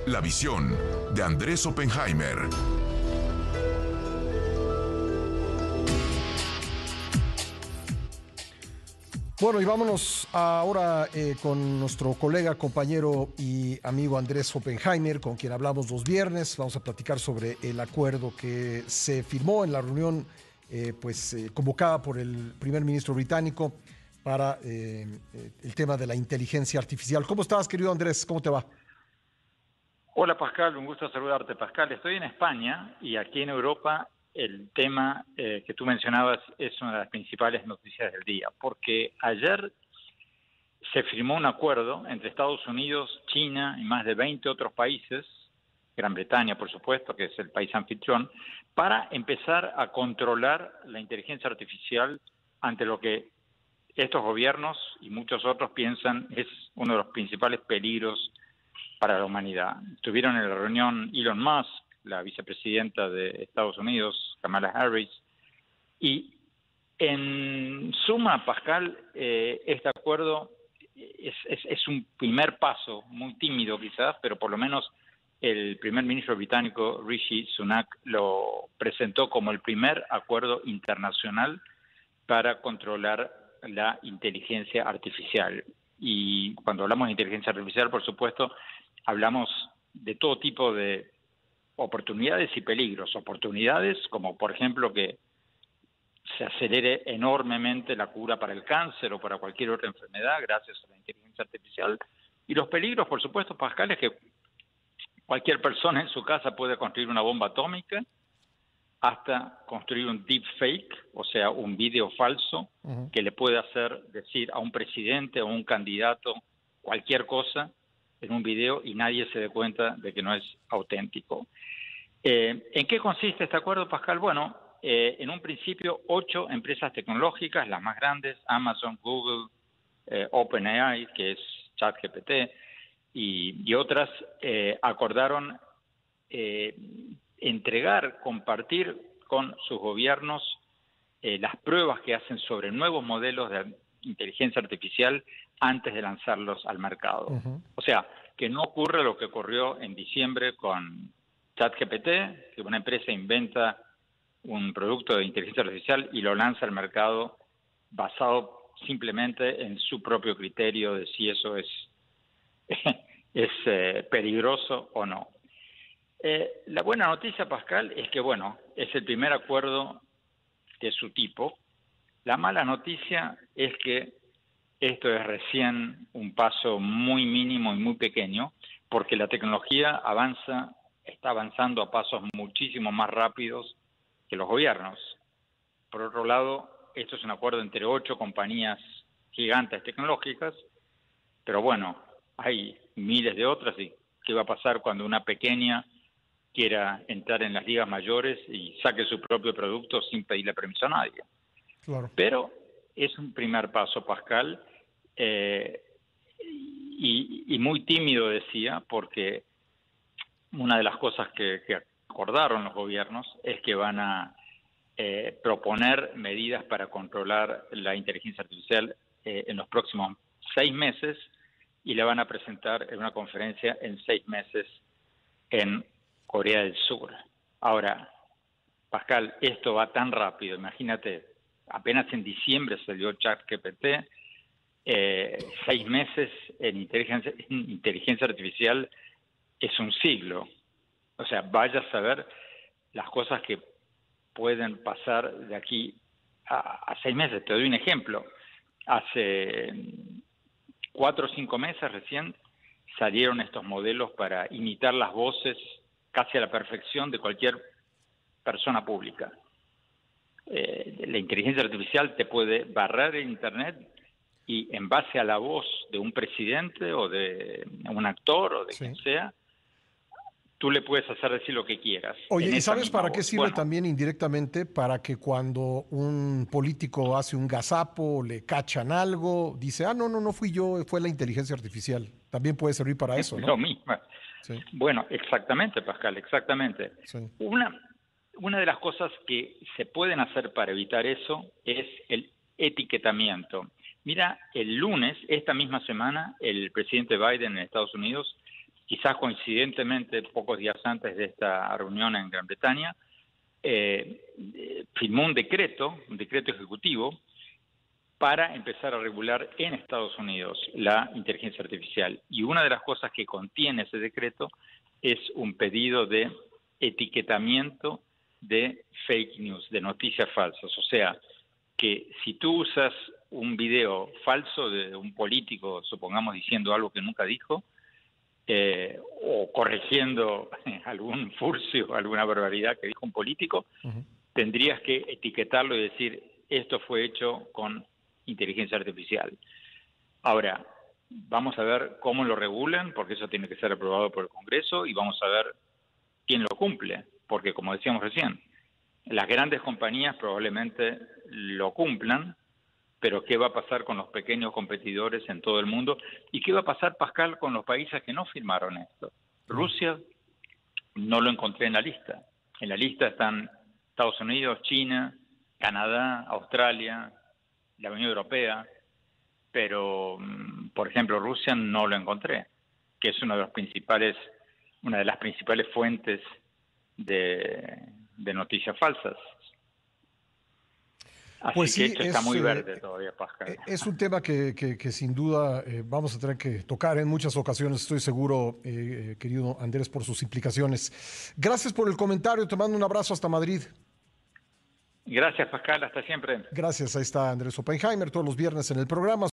La visión de Andrés Oppenheimer. Bueno, y vámonos ahora con nuestro colega, compañero y amigo Andrés Oppenheimer, con quien hablamos los viernes. Vamos a platicar sobre el acuerdo que se firmó en la reunión convocada por el primer ministro británico para el tema de la inteligencia artificial. ¿Cómo estás, querido Andrés? ¿Cómo te va? Hola Pascal, un gusto saludarte. Pascal, estoy en España y aquí en Europa el tema que tú mencionabas es una de las principales noticias del día, porque ayer se firmó un acuerdo entre Estados Unidos, China y más de 20 otros países, Gran Bretaña por supuesto, que es el país anfitrión, para empezar a controlar la inteligencia artificial ante lo que estos gobiernos y muchos otros piensan es uno de los principales peligros para la humanidad. Estuvieron en la reunión Elon Musk, la vicepresidenta de Estados Unidos, Kamala Harris, y en suma, Pascal, este acuerdo es un primer paso, muy tímido quizás, pero por lo menos el primer ministro británico Rishi Sunak lo presentó como el primer acuerdo internacional para controlar la inteligencia artificial. Y cuando hablamos de inteligencia artificial, por supuesto, hablamos de todo tipo de oportunidades y peligros. Oportunidades como, por ejemplo, que se acelere enormemente la cura para el cáncer o para cualquier otra enfermedad gracias a la inteligencia artificial. Y los peligros, por supuesto, Pascal, es que cualquier persona en su casa puede construir una bomba atómica hasta construir un deepfake, o sea, un video falso que le puede hacer decir a un presidente o un candidato cualquier cosa en un video y nadie se dé cuenta de que no es auténtico. ¿En qué consiste este acuerdo, Pascal? Bueno, en un principio 8 empresas tecnológicas, las más grandes, Amazon, Google, OpenAI, que es ChatGPT, y otras, acordaron compartir con sus gobiernos las pruebas que hacen sobre nuevos modelos de inteligencia artificial antes de lanzarlos al mercado. O sea, que no ocurra lo que ocurrió en diciembre con ChatGPT, que una empresa inventa un producto de inteligencia artificial y lo lanza al mercado basado simplemente en su propio criterio de si eso es peligroso o no. La buena noticia, Pascal, es que, bueno, es el primer acuerdo de su tipo. La mala noticia es que esto es recién un paso muy mínimo y muy pequeño, porque la tecnología está avanzando a pasos muchísimo más rápidos que los gobiernos. Por otro lado, esto es un acuerdo entre 8 compañías gigantes tecnológicas, pero bueno, hay miles de otras, y ¿qué va a pasar cuando una pequeña quiera entrar en las ligas mayores y saque su propio producto sin pedirle permiso a nadie? Claro. Pero es un primer paso, Pascal, y muy tímido, decía, porque una de las cosas que acordaron los gobiernos es que van a proponer medidas para controlar la inteligencia artificial en los próximos 6 meses y la van a presentar en una conferencia en 6 meses en Corea del Sur. Ahora, Pascal, esto va tan rápido, imagínate, apenas en diciembre salió ChatGPT, 6 meses en inteligencia artificial es un siglo. O sea, vaya a saber las cosas que pueden pasar de aquí a 6 meses. Te doy un ejemplo. Hace 4 o 5 meses recién salieron estos modelos para imitar las voces casi a la perfección de cualquier persona pública. La inteligencia artificial te puede barrer en Internet y en base a la voz de un presidente o de un actor o de quien sea, tú le puedes hacer decir lo que quieras. Oye, ¿y sabes para qué voz. sirve también indirectamente? Para que cuando un político hace un gazapo, le cachan algo, dice, no fui yo, fue la inteligencia artificial. También puede servir para eso, ¿no? Lo mismo. Sí. Bueno, exactamente, Pascal, exactamente. Sí. Una de las cosas que se pueden hacer para evitar eso es el etiquetamiento. Mira, el lunes, esta misma semana, el presidente Biden en Estados Unidos quizás coincidentemente, pocos días antes de esta reunión en Gran Bretaña, firmó un decreto ejecutivo, para empezar a regular en Estados Unidos la inteligencia artificial. Y una de las cosas que contiene ese decreto es un pedido de etiquetamiento de fake news, de noticias falsas. O sea, que si tú usas un video falso de un político, supongamos diciendo algo que nunca dijo, o corrigiendo algún furcio, alguna barbaridad que dijo un político, tendrías que etiquetarlo y decir, esto fue hecho con inteligencia artificial. Ahora, vamos a ver cómo lo regulan, porque eso tiene que ser aprobado por el Congreso, y vamos a ver quién lo cumple, porque como decíamos recién, las grandes compañías probablemente lo cumplan, pero ¿qué va a pasar con los pequeños competidores en todo el mundo? ¿Y qué va a pasar, Pascal, con los países que no firmaron esto? Rusia no lo encontré en la lista. En la lista están Estados Unidos, China, Canadá, Australia, la Unión Europea, pero, por ejemplo, Rusia no lo encontré, que es una de las principales fuentes de noticias falsas. Así Pues que sí, esto está muy verde todavía, Pascal. Es un tema que sin duda vamos a tener que tocar en muchas ocasiones, estoy seguro, querido Andrés, por sus implicaciones. Gracias por el comentario, te mando un abrazo hasta Madrid. Gracias, Pascal, hasta siempre. Gracias, ahí está Andrés Oppenheimer todos los viernes en el programa.